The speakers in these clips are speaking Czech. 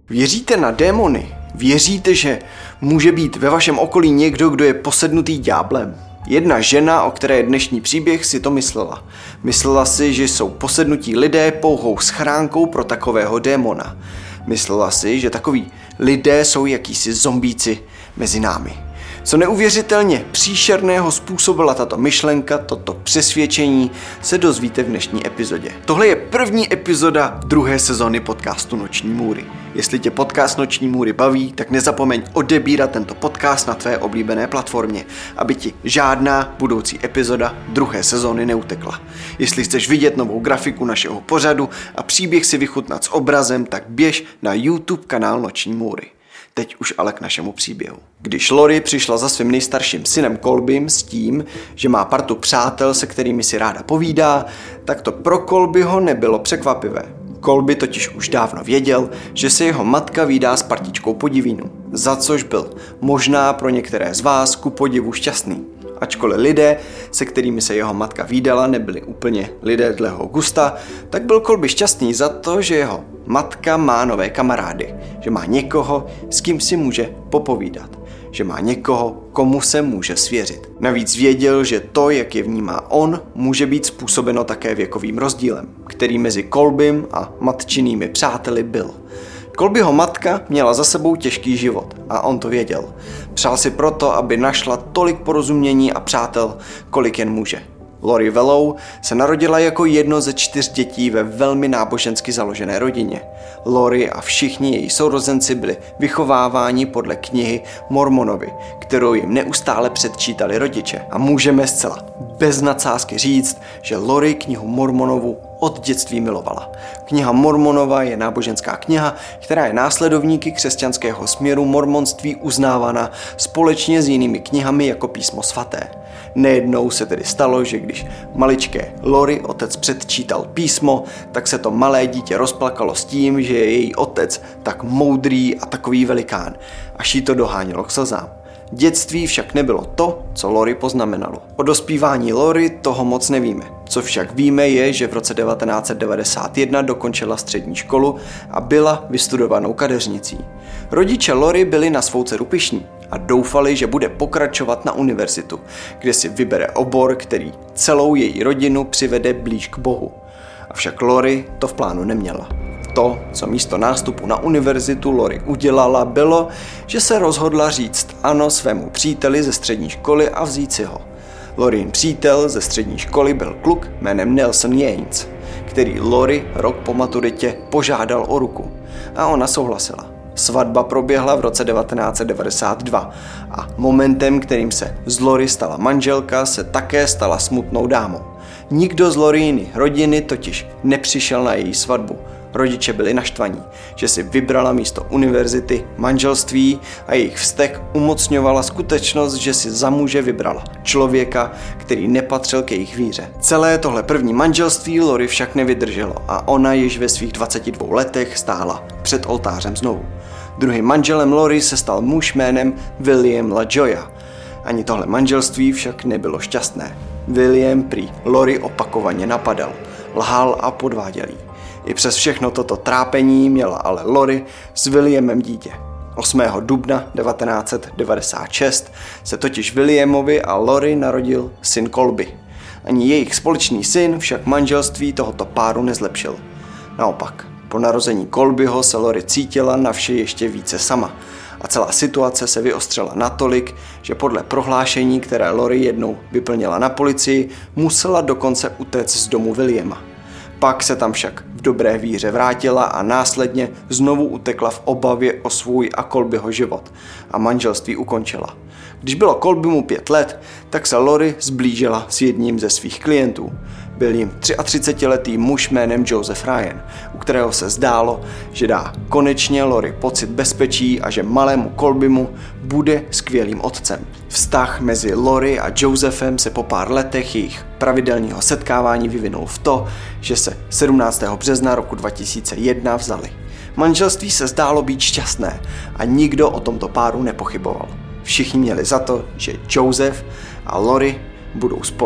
Věříte na démony? Věříte, že může být ve vašem okolí někdo, kdo je posednutý ďáblem? Jedna žena, o které je dnešní příběh, si to myslela. Myslela si, že jsou posednutí lidé pouhou schránkou pro takového démona. Myslela si, že takoví lidé jsou jakýsi zombíci mezi námi. Co neuvěřitelně příšerného způsobila tato myšlenka, toto přesvědčení, se dozvíte v dnešní epizodě. Tohle je první epizoda druhé sezóny podcastu Noční můry. Jestli tě podcast Noční můry baví, tak nezapomeň odebírat tento podcast na tvé oblíbené platformě, aby ti žádná budoucí epizoda druhé sezóny neutekla. Jestli chceš vidět novou grafiku našeho pořadu a příběh si vychutnat s obrazem, tak běž na YouTube kanál Noční můry. Teď už ale k našemu příběhu. Když Lori přišla za svým nejstarším synem Colbym s tím, že má partu přátel, se kterými si ráda povídá, tak to pro Colbyho nebylo překvapivé. Colby totiž už dávno věděl, že se jeho matka vídá s partičkou podivínů, za což byl možná pro některé z vás ku podivu šťastný. Ačkoliv lidé, se kterými se jeho matka vídala, nebyli úplně lidé dle jeho gusta, tak byl Colby šťastný za to, že jeho matka má nové kamarády, že má někoho, s kým si může popovídat, že má někoho, komu se může svěřit. Navíc věděl, že to, jak je vnímá on, může být způsobeno také věkovým rozdílem, který mezi Colbym a matčinými přáteli byl. Colbyho matka měla za sebou těžký život a on to věděl. Přál si proto, aby našla tolik porozumění a přátel, kolik jen může. Lori Vallow se narodila jako jedno ze 4 dětí ve velmi nábožensky založené rodině. Lori a všichni její sourozenci byli vychováváni podle knihy Mormonovi, kterou jim neustále předčítali rodiče. A můžeme zcela bez nadsázky říct, že Lori knihu Mormonovu od dětství milovala. Kniha Mormonova je náboženská kniha, která je následovníky křesťanského směru mormonství uznávána společně s jinými knihami jako písmo svaté. Nejednou se tedy stalo, že když maličké Lori otec předčítal písmo, tak se to malé dítě rozplakalo s tím, že je její otec tak moudrý a takový velikán, až jí to dohánělo k slzám. Dětství však nebylo to, co Lori poznamenalo. O dospívání Lori toho moc nevíme. Co však víme je, že v roce 1991 dokončila střední školu a byla vystudovanou kadeřnicí. Rodiče Lori byli na svou dceru pyšní a doufali, že bude pokračovat na univerzitu, kde si vybere obor, který celou její rodinu přivede blíž k Bohu. Avšak Lori to v plánu neměla. To, co místo nástupu na univerzitu Lori udělala, bylo, že se rozhodla říct ano svému příteli ze střední školy a vzít si ho. Lorin přítel ze střední školy byl kluk jménem Nelson Yanes, který Lori rok po maturitě požádal o ruku a ona souhlasila. Svatba proběhla v roce 1992 a momentem, kterým se z Lori stala manželka, se také stala smutnou dámou. Nikdo z Loriny rodiny totiž nepřišel na její svatbu. Rodiče byli naštvaní, že si vybrala místo univerzity manželství a jejich vztek umocňovala skutečnost, že si za muže vybrala člověka, který nepatřil k jejich víře. Celé tohle první manželství Lori však nevydrželo a ona již ve svých 22 letech stála před oltářem znovu. Druhým manželem Lori se stal muž jménem William LaJoya. Ani tohle manželství však nebylo šťastné. William prý Lori opakovaně napadal, lhal a podváděl jí. I přes všechno toto trápení měla ale Lori s Williamem dítě. 8. dubna 1996 se totiž Williamovi a Lori narodil syn Colby. Ani jejich společný syn však manželství tohoto páru nezlepšil. Naopak, po narození Colbyho se Lori cítila na vše ještě více sama a celá situace se vyostřila natolik, že podle prohlášení, které Lori jednou vyplnila na policii, musela dokonce utéct z domu Williama. Pak se tam však v dobré víře vrátila a následně znovu utekla v obavě o svůj a Colbyho život a manželství ukončila. Když bylo Colbymu 5 let, tak se Lori zblížila s jedním ze svých klientů. Byl jim 33letý muž jménem Joseph Ryan, u kterého se zdálo, že dá konečně Lori pocit bezpečí a že malému Colbymu bude skvělým otcem. Vztah mezi Lori a Josephem se po pár letech jejich pravidelného setkávání vyvinul v to, že se 17. března roku 2001 vzali. Manželství se zdálo být šťastné a nikdo o tomto páru nepochyboval. Všichni měli za to, že Joseph a Lori budou spolu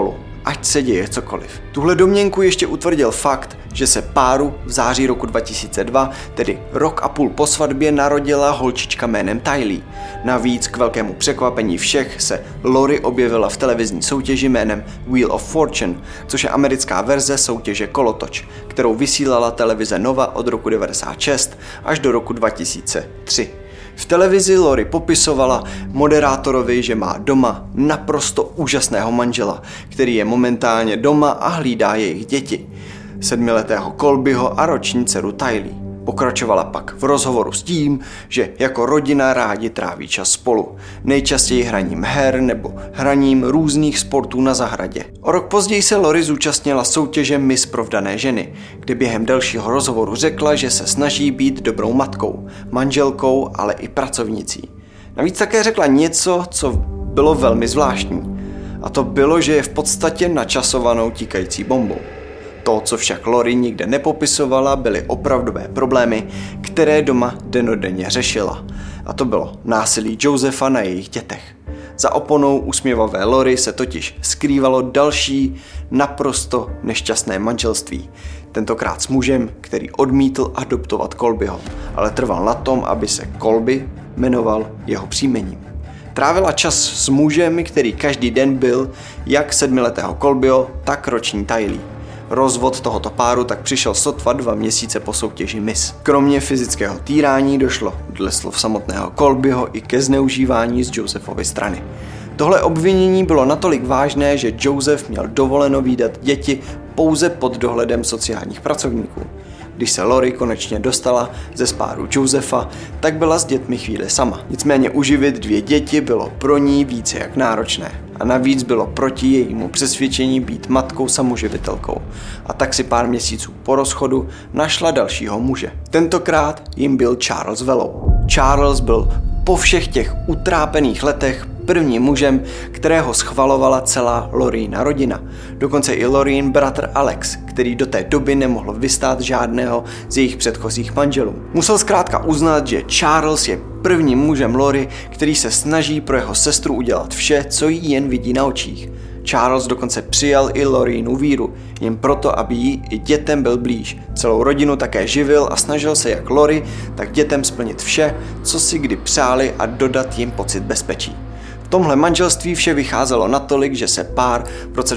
ať se děje cokoliv. Tuhle domněnku ještě utvrdil fakt, že se páru v září roku 2002, tedy rok a půl po svatbě, narodila holčička jménem Tylee. Navíc k velkému překvapení všech se Lori objevila v televizní soutěži jménem Wheel of Fortune, což je americká verze soutěže Kolotoč, kterou vysílala televize Nova od roku 1996 až do roku 2003. V televizi Lori popisovala moderátorovi, že má doma naprosto úžasného manžela, který je momentálně doma a hlídá jejich děti, 7letého Colbyho a roční dceru Tylee. Pokračovala pak v rozhovoru s tím, že jako rodina rádi tráví čas spolu, nejčastěji hraním her nebo hraním různých sportů na zahradě. O rok později se Lori zúčastnila soutěže Miss Provdané ženy, kde během dalšího rozhovoru řekla, že se snaží být dobrou matkou, manželkou, ale i pracovnicí. Navíc také řekla něco, co bylo velmi zvláštní. A to bylo, že je v podstatě načasovanou tíkající bombou. To, co však Lori nikde nepopisovala, byly opravdové problémy, které doma dennodenně řešila. A to bylo násilí Josepha na jejich dětech. Za oponou usměvavé Lori se totiž skrývalo další naprosto nešťastné manželství. Tentokrát s mužem, který odmítl adoptovat Colbyho, ale trval na tom, aby se Colby jmenoval jeho příjmením. Trávila čas s mužem, který každý den byl jak 7letého Colbyho, tak roční Tylee. Rozvod tohoto páru tak přišel sotva 2 měsíce po soutěži Miss. Kromě fyzického týrání došlo dle slov samotného Colbyho i ke zneužívání z Josephovy strany. Tohle obvinění bylo natolik vážné, že Joseph měl dovoleno vídat děti pouze pod dohledem sociálních pracovníků. Když se Lori konečně dostala ze spáru Josepha, tak byla s dětmi chvíli sama. Nicméně uživit 2 děti bylo pro ní více jak náročné. A navíc bylo proti jejímu přesvědčení být matkou samoživitelkou. A tak si pár měsíců po rozchodu našla dalšího muže. Tentokrát jim byl Charles Vellow. Charles byl po všech těch utrápených letech prvním mužem, kterého schvalovala celá Lorina rodina. Dokonce i Lorin bratr Alex, který do té doby nemohl vystát žádného z jejich předchozích manželů. Musel zkrátka uznat, že Charles je prvním mužem Lori, který se snaží pro jeho sestru udělat vše, co jí jen vidí na očích. Charles dokonce přijal i Lorinu víru, jen proto, aby jí i dětem byl blíž. Celou rodinu také živil a snažil se jak Lori, tak dětem splnit vše, co si kdy přáli a dodat jim pocit bezpečí. V tomhle manželství vše vycházelo natolik, že se pár v roce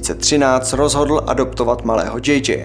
2013 rozhodl adoptovat malého JJ.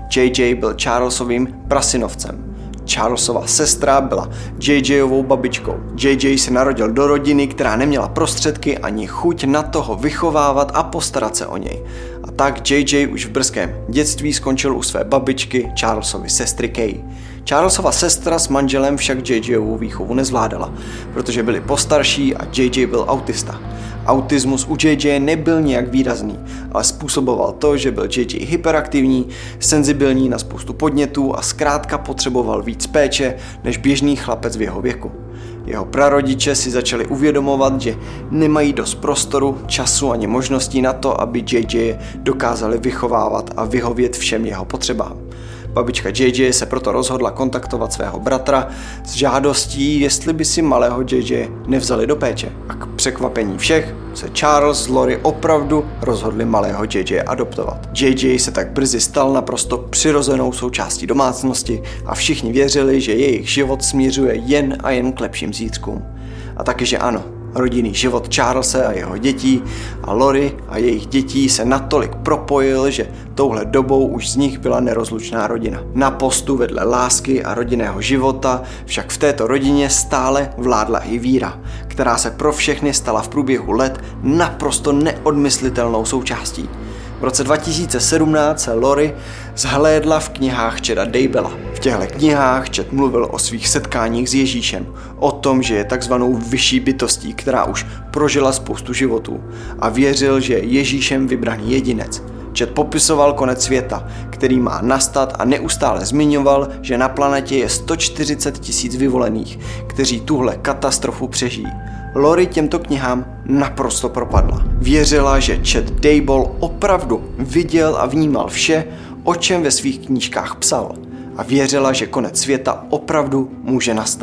JJ byl Charlesovým prasynovcem. Charlesova sestra byla JJovou babičkou. JJ se narodil do rodiny, která neměla prostředky ani chuť na toho vychovávat a postarat se o něj. A tak JJ už v brzkém dětství skončil u své babičky Charlesovy sestry Kay. Charlesova sestra s manželem však JJovu výchovu nezvládala, protože byli postarší a JJ byl autista. Autismus u JJ nebyl nijak výrazný, ale způsoboval to, že byl JJ hyperaktivní, senzibilní na spoustu podnětů a zkrátka potřeboval víc péče než běžný chlapec v jeho věku. Jeho prarodiče si začali uvědomovat, že nemají dost prostoru, času ani možností na to, aby JJ dokázali vychovávat a vyhovět všem jeho potřebám. Babička JJ se proto rozhodla kontaktovat svého bratra s žádostí, jestli by si malého JJ nevzali do péče. A k překvapení všech se Charles s Lori opravdu rozhodli malého JJ adoptovat. JJ se tak brzy stal naprosto přirozenou součástí domácnosti a všichni věřili, že jejich život směřuje jen a jen k lepším zítřkům. A taky, že ano, rodinný život Charlese a jeho dětí a Lori a jejich dětí se natolik propojil, že touhle dobou už z nich byla nerozlučná rodina. Na postu vedle lásky a rodinného života však v této rodině stále vládla i víra, která se pro všechny stala v průběhu let naprosto neodmyslitelnou součástí. V roce 2017 se Lori zhlédla v knihách Chada Daybella. V těchto knihách Chad mluvil o svých setkáních s Ježíšem, o tom, že je takzvanou vyšší bytostí, která už prožila spoustu životů a věřil, že je Ježíšem vybraný jedinec. Chad popisoval konec světa, který má nastat a neustále zmiňoval, že na planetě je 140 000 vyvolených, kteří tuhle katastrofu přežijí. Lori těmto knihám naprosto propadla. Věřila, že Chad Daybell opravdu viděl a vnímal vše, o čem ve svých knížkách psal. A věřila, že konec světa opravdu může nastat.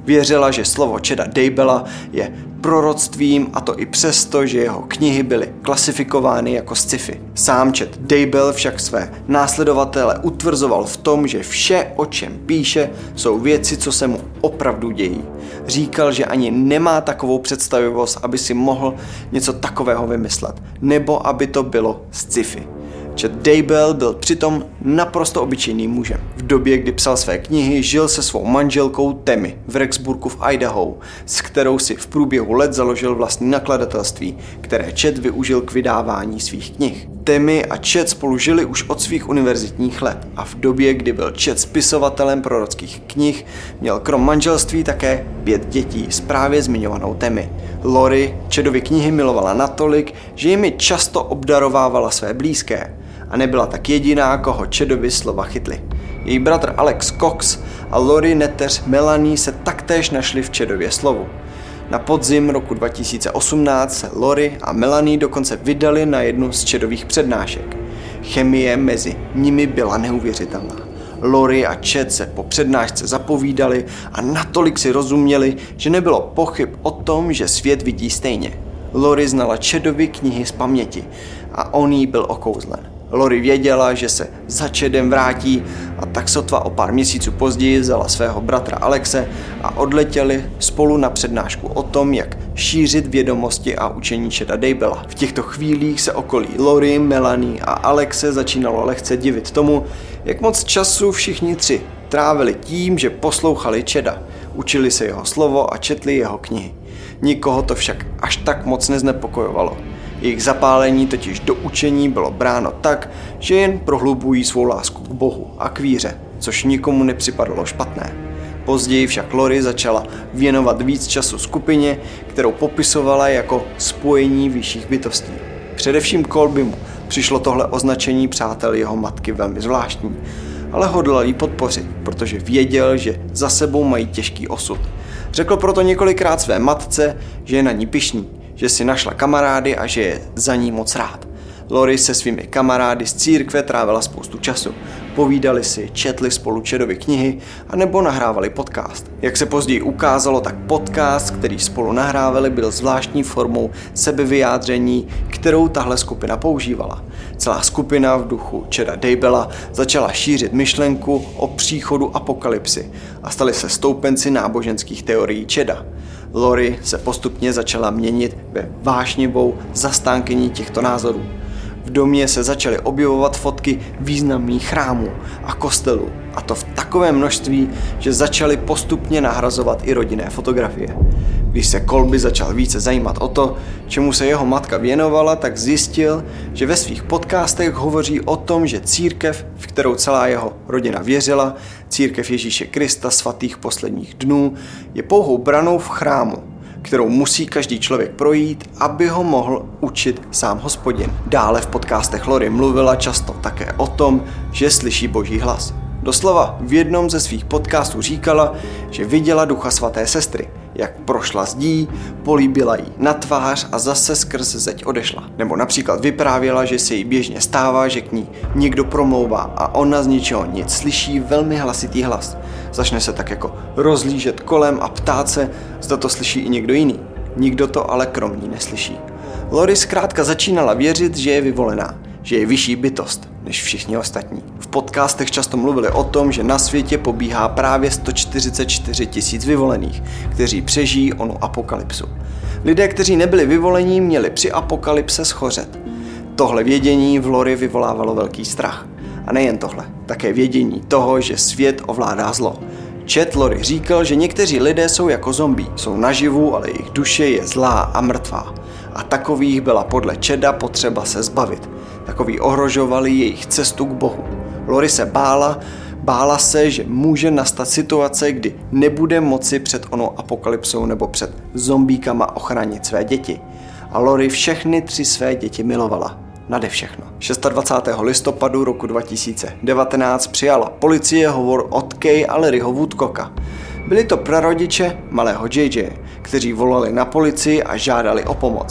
Věřila, že slovo Chada Daybella je proroctvím, a to i přesto, že jeho knihy byly klasifikovány jako sci-fi. Sám Chad Daybell však své následovatele utvrzoval v tom, že vše, o čem píše, jsou věci, co se mu opravdu dějí. Říkal, že ani nemá takovou představivost, aby si mohl něco takového vymyslet, nebo aby to bylo sci-fi. Chad Daybell byl přitom naprosto obyčejným mužem. V době, kdy psal své knihy, žil se svou manželkou Tammy v Rexburgu v Idaho, s kterou si v průběhu let založil vlastní nakladatelství, které Chad využil k vydávání svých knih. Tammy a Chad spolu žili už od svých univerzitních let a v době, kdy byl Chad spisovatelem prorockých knih, měl krom manželství také 5 dětí s právě zmiňovanou Tammy. Lori Chadovy knihy milovala natolik, že jimi často obdarovávala své blízké. A nebyla tak jediná, koho Chadovy slova chytly. Její bratr Alex Cox a Lori neteř Melanie se taktéž našli v Chadově slovu. Na podzim roku 2018 se Lori a Melanie dokonce vydali na jednu z Chadových přednášek. Chemie mezi nimi byla neuvěřitelná. Lori a Chad se po přednášce zapovídali a natolik si rozuměli, že nebylo pochyb o tom, že svět vidí stejně. Lori znala Chadovy knihy z paměti a on jí byl okouzlen. Lori věděla, že se za Chadem vrátí, a tak sotva o pár měsíců později vzala svého bratra Alexe a odletěli spolu na přednášku o tom, jak šířit vědomosti a učení Chada Daybella. V těchto chvílích se okolí Lori, Melanie a Alexe začínalo lehce divit tomu, jak moc času všichni tři trávili tím, že poslouchali Chada, učili se jeho slovo a četli jeho knihy. Nikoho to však až tak moc neznepokojovalo. Jejich zapálení totiž do učení bylo bráno tak, že jen prohlubují svou lásku k Bohu a k víře, což nikomu nepřipadalo špatné. Později však Lori začala věnovat víc času skupině, kterou popisovala jako spojení vyšších bytostí. Především Colbymu přišlo tohle označení přátel jeho matky velmi zvláštní, ale hodlal ji podpořit, protože věděl, že za sebou mají těžký osud. Řekl proto několikrát své matce, že je na ní pyšný, že si našla kamarády a že je za ní moc rád. Lori se svými kamarády z církve trávila spoustu času. Povídali si, četli spolu Chadovy knihy a nebo nahrávali podcast. Jak se později ukázalo, tak podcast, který spolu nahrávali, byl zvláštní formou sebevyjádření, kterou tahle skupina používala. Celá skupina v duchu Chada Daybella začala šířit myšlenku o příchodu apokalypsy a stali se stoupenci náboženských teorií Chada. Lori se postupně začala měnit ve vášnivou zastánkyni těchto názorů. V domě se začaly objevovat fotky významných chrámů a kostelů, a to v takovém množství, že začaly postupně nahrazovat i rodinné fotografie. Když se Colby začal více zajímat o to, čemu se jeho matka věnovala, tak zjistil, že ve svých podcastech hovoří o tom, že církev, v kterou celá jeho rodina věřila, církev Ježíše Krista svatých posledních dnů, je pouhou branou v chrámu, kterou musí každý člověk projít, aby ho mohl učit sám Hospodin. Dále v podcastech Lori mluvila často také o tom, že slyší Boží hlas. Doslova v jednom ze svých podcastů říkala, že viděla Ducha svaté sestry, jak prošla zdí, políbila jí na tvář a zase skrz zeď odešla. Nebo například vyprávěla, že se jí běžně stává, že k ní někdo promlouvá a ona z ničeho nic slyší velmi hlasitý hlas. Začne se tak jako rozlížet kolem a ptát se, zda to slyší i někdo jiný. Nikdo to ale krom ní neslyší. Lori zkrátka začínala věřit, že je vyvolená, že je vyšší bytost než všichni ostatní. V podcastech často mluvili o tom, že na světě pobíhá právě 144 000 vyvolených, kteří přežijí onu apokalypsu. Lidé, kteří nebyli vyvolení, měli při apokalypse schořet. Tohle vědění v Lori vyvolávalo velký strach. A nejen tohle, také vědění toho, že svět ovládá zlo. Chad Lori říkal, že někteří lidé jsou jako zombie, jsou naživu, ale jejich duše je zlá a mrtvá. A takových byla podle Chada potřeba se zbavit. Takoví ohrožovali jejich cestu k Bohu. Lori se bála se, že může nastat situace, kdy nebude moci před onou apokalypsou nebo před zombíkama ochránit své děti. A Lori všechny 3 své děti milovala. Nade všechno. 26. listopadu roku 2019 přijala policie hovor od Kay a Larryho Woodcocka. Byli to prarodiče malého JJ, kteří volali na policii a žádali o pomoc.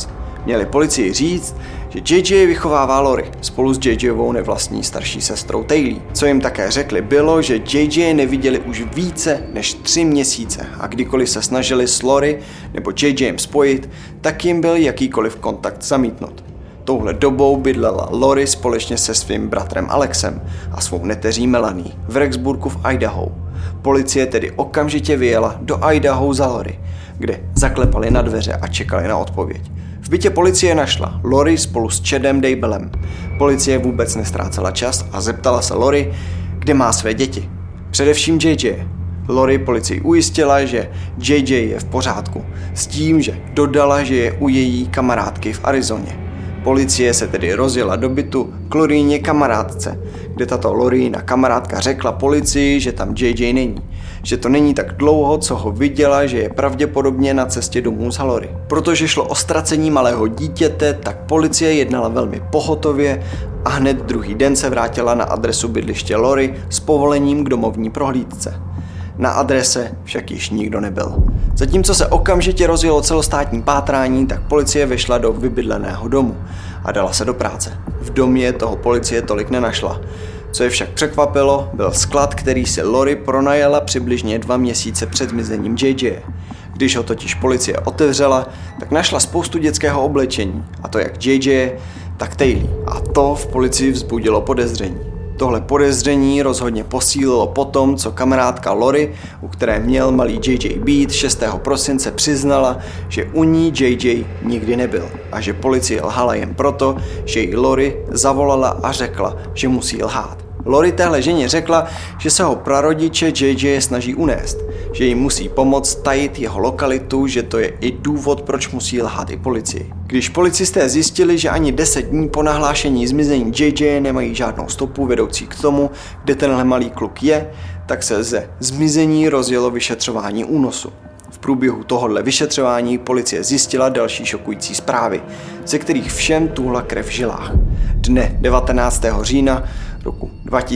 Měli policii říct, že JJ vychovává Lori spolu s JJovou nevlastní starší sestrou Taylor. Co jim také řekli bylo, že JJ neviděli už více než 3 měsíce a kdykoliv se snažili s Lori nebo JJem spojit, tak jim byl jakýkoliv kontakt zamítnut. Touhle dobou bydlela Lori společně se svým bratrem Alexem a svou neteří Melanie v Rexburgu v Idaho. Policie tedy okamžitě vyjela do Idaho za Lori, kde zaklepali na dveře a čekali na odpověď. V bytě policie našla Lori spolu s Chadem Daybellem. Policie vůbec nestrácela čas a zeptala se Lori, kde má své děti. Především JJ. Lori policii ujistila, že JJ je v pořádku, s tím, že dodala, že je u její kamarádky v Arizoně. Policie se tedy rozjela do bytu k Loriině kamarádce, kde tato Loriina kamarádka řekla policii, že tam JJ není. Že to není tak dlouho, co ho viděla, že je pravděpodobně na cestě domů z Lori. Protože šlo o ztracení malého dítěte, tak policie jednala velmi pohotově a hned druhý den se vrátila na adresu bydliště Lori s povolením k domovní prohlídce. Na adrese však již nikdo nebyl. Zatímco se okamžitě rozjelo celostátní pátrání, tak policie vešla do vybydleného domu a dala se do práce. V domě toho policie tolik nenašla. Co je však překvapilo, byl sklad, který si Lori pronajala přibližně 2 měsíce před zmizením JJ. Když ho totiž policie otevřela, tak našla spoustu dětského oblečení, a to jak JJ, tak Taylor. A to v policii vzbudilo podezření. Tohle podezření rozhodně posílilo potom, co kamarádka Lori, u které měl malý JJ být, 6. prosince přiznala, že u ní JJ nikdy nebyl a že policie lhala jen proto, že jí Lori zavolala a řekla, že musí lhát. Lori téhle ženě řekla, že se ho prarodiče JJ snaží unést, že jí musí pomoct tajit jeho lokalitu, že to je i důvod, proč musí lhát i policii. Když policisté zjistili, že ani 10 dní po nahlášení zmizení JJ nemají žádnou stopu vedoucí k tomu, kde tenhle malý kluk je, tak se ze zmizení rozjelo vyšetřování únosu. V průběhu tohohle vyšetřování policie zjistila další šokující zprávy, ze kterých všem tuhla krev v žilách. Dne 19. října roku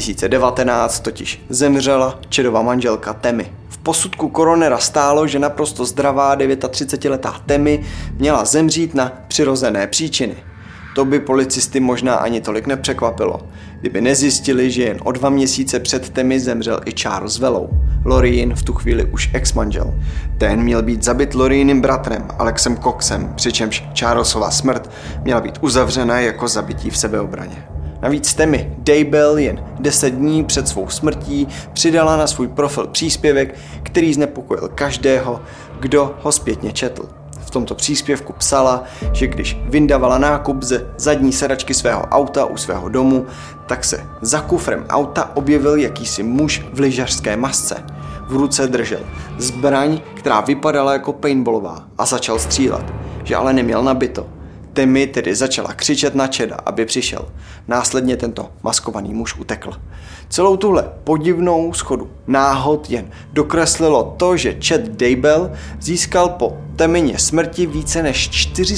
2019 totiž zemřela Chadova manželka Tammy. V posudku koronera stálo, že naprosto zdravá 39letá Tammy měla zemřít na přirozené příčiny. To by policisty možná ani tolik nepřekvapilo, kdyby nezjistili, že jen o 2 měsíce před Tammy zemřel i Charles Vellow, Loriin v tu chvíli už ex-manžel. Ten měl být zabit Loriinim bratrem Alexem Coxem, přičemž Charlesova smrt měla být uzavřena jako zabití v sebeobraně. Navíc Tammy Daybell jen 10 dní před svou smrtí přidala na svůj profil příspěvek, který znepokojil každého, kdo ho zpětně četl. V tomto příspěvku psala, že když vyndavala nákup ze zadní sedačky svého auta u svého domu, tak se za kufrem auta objevil jakýsi muž v lyžařské masce. V ruce držel zbraň, která vypadala jako paintballová a začal střílet, že ale neměl nabito. Tammy tedy začala křičet na Chada, aby přišel. Následně tento maskovaný muž utekl. Celou tuhle podivnou schodu náhod jen dokreslilo to, že Chad Daybell získal po Tammině smrti více než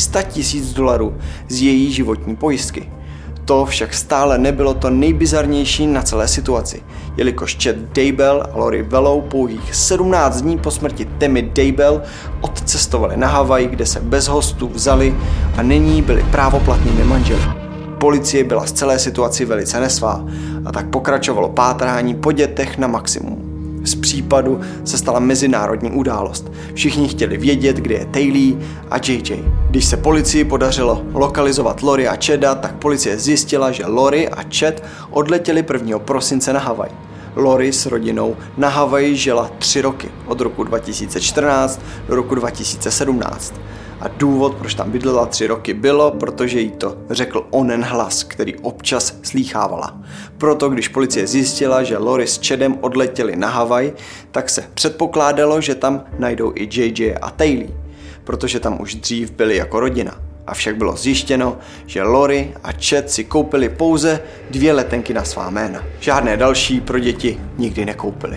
$400,000 z její životní pojistky. To však stále nebylo to nejbizarnější na celé situaci, jelikož Chad Daybell a Lori Vellow pouhých 17 dní po smrti Tammy Daybell odcestovali na Havaj, kde se bez hostů vzali a nyní byli právoplatnými manželi. Policie byla z celé situaci velice nesvá a tak pokračovalo pátrání po dětech na maximum. Z případu se stala mezinárodní událost. Všichni chtěli vědět, kde je Taylor a JJ. Když se policii podařilo lokalizovat Lori a Chada, tak policie zjistila, že Lori a Chad odletěli 1. prosince na Havaj. Lori s rodinou na Havaji žila 3 roky, od roku 2014 do roku 2017. A důvod, proč tam bydlela 3 roky, bylo, protože jí to řekl onen hlas, který občas slýchávala. Proto, když policie zjistila, že Lori s Chadem odletěli na Havaj, tak se předpokládalo, že tam najdou i JJ a Taylor, protože tam už dřív byli jako rodina. Avšak bylo zjištěno, že Lori a Chad si koupili pouze 2 letenky na svá jména. Žádné další pro děti nikdy nekoupili.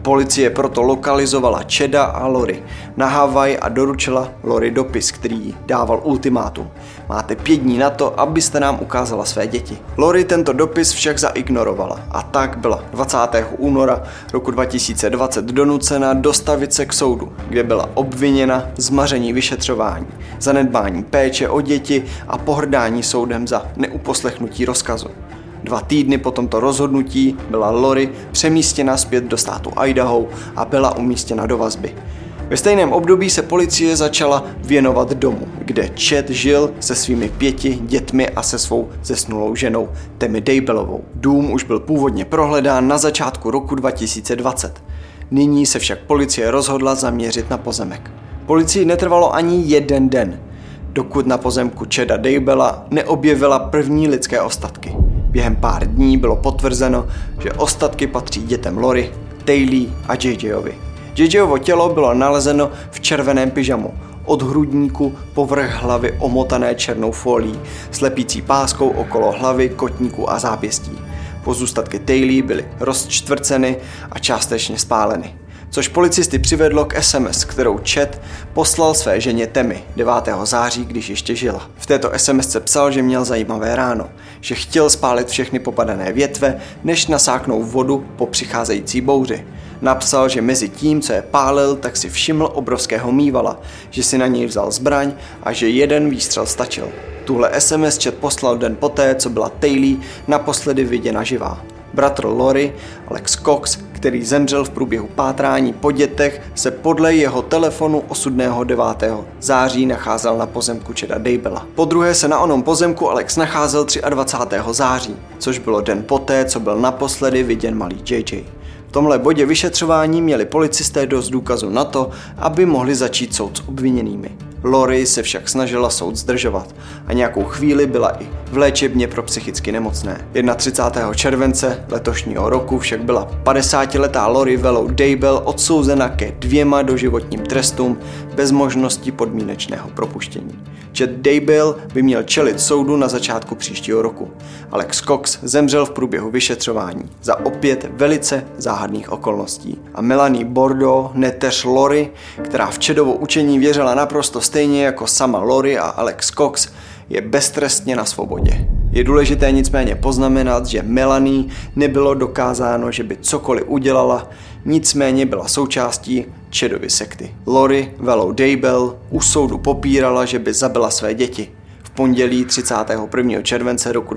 Policie proto lokalizovala Chada a Lori na Havaj a doručila Lori dopis, který dával ultimátum. Máte 5 dní na to, abyste nám ukázala své děti. Lori tento dopis však zaignorovala a tak byla 20. února roku 2020 donucena dostavit se k soudu, kde byla obviněna z maření vyšetřování, zanedbání péče o děti a pohrdání soudem za neuposlechnutí rozkazu. 2 týdny po tomto rozhodnutí byla Lori přemístěna zpět do státu Idaho a byla umístěna do vazby. Ve stejném období se policie začala věnovat domu, kde Chad žil se svými 5 dětmi a se svou zesnulou ženou Tammy Daybellovou. Dům už byl původně prohledán na začátku roku 2020. Nyní se však policie rozhodla zaměřit na pozemek. Policii netrvalo ani 1 den, dokud na pozemku Chada Daybella neobjevila první lidské ostatky. Během pár dní bylo potvrzeno, že ostatky patří dětem Lori, Taylor a JJovi. JJovo tělo bylo nalezeno v červeném pyžamu, od hrudníku po vrch hlavy omotané černou folií, s lepící páskou okolo hlavy, kotníku a zápěstí. Pozůstatky Taylor byly rozčtvrceny a částečně spáleny, což policisty přivedlo k SMS, kterou Chad poslal své ženě Tammy 9. září, když ještě žila. V této SMSce psal, že měl zajímavé ráno, že chtěl spálit všechny popadané větve, než nasáknou vodu po přicházející bouři. Napsal, že mezi tím, co je pálil, tak si všiml obrovského mývala, že si na něj vzal zbraň a že 1 výstřel stačil. Tuhle SMS Chad poslal den poté, co byla Taylor naposledy viděna živá. Bratr Lori, Alex Cox, který zemřel v průběhu pátrání po dětech, se podle jeho telefonu osudného 9. září nacházel na pozemku Chada Daybella. Podruhé se na onom pozemku Alex nacházel 23. září, což bylo den poté, co byl naposledy viděn malý JJ. V tomhle bodě vyšetřování měli policisté dost důkazů na to, aby mohli začít soud s obviněnými. Lori se však snažila soud zdržovat a nějakou chvíli byla i v léčebně pro psychicky nemocné. 31. července letošního roku však byla 50letá Lori Vallow Daybell odsouzena ke 2 doživotním trestům bez možnosti podmínečného propuštění. Chad Daybell by měl čelit soudu na začátku příštího roku. Alex Cox zemřel v průběhu vyšetřování za opět velice záhadných okolností. A Melanie Bordeaux, neteř Lori, která v Chadovo učení věřila naprosto stejně jako sama Lori a Alex Cox, je beztrestně na svobodě. Je důležité nicméně poznamenat, že Melanie nebylo dokázáno, že by cokoliv udělala, nicméně byla součástí Chadovy sekty. Lori Vallow Daybell u soudu popírala, že by zabila své děti. V pondělí 31. července roku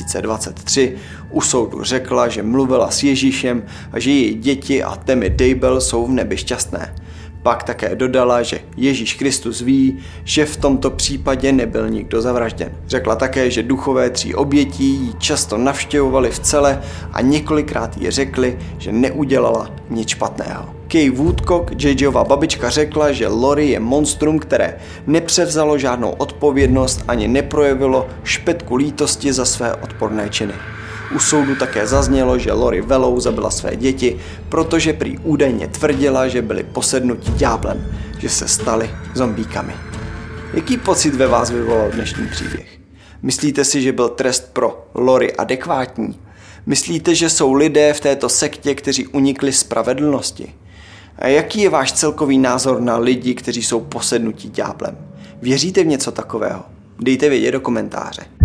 2023 u soudu řekla, že mluvila s Ježíšem a že její děti a Tammy Daybell jsou v nebi šťastné. Pak také dodala, že Ježíš Kristus ví, že v tomto případě nebyl nikdo zavražděn. Řekla také, že duchové 3 obětí ji často navštěvovali v cele a několikrát jí řekli, že neudělala nic špatného. Kay Woodcock, JJova babička, řekla, že Lori je monstrum, které nepřevzalo žádnou odpovědnost ani neprojevilo špetku lítosti za své odporné činy. U soudu také zaznělo, že Lori Vallow zabila své děti, protože prý údajně tvrdila, že byli posednuti ďáblem, že se stali zombíkami. Jaký pocit ve vás vyvolal dnešní příběh? Myslíte si, že byl trest pro Lori adekvátní? Myslíte, že jsou lidé v této sektě, kteří unikli spravedlnosti? A jaký je váš celkový názor na lidi, kteří jsou posednutí ďáblem? Věříte v něco takového? Dejte vědět do komentáře.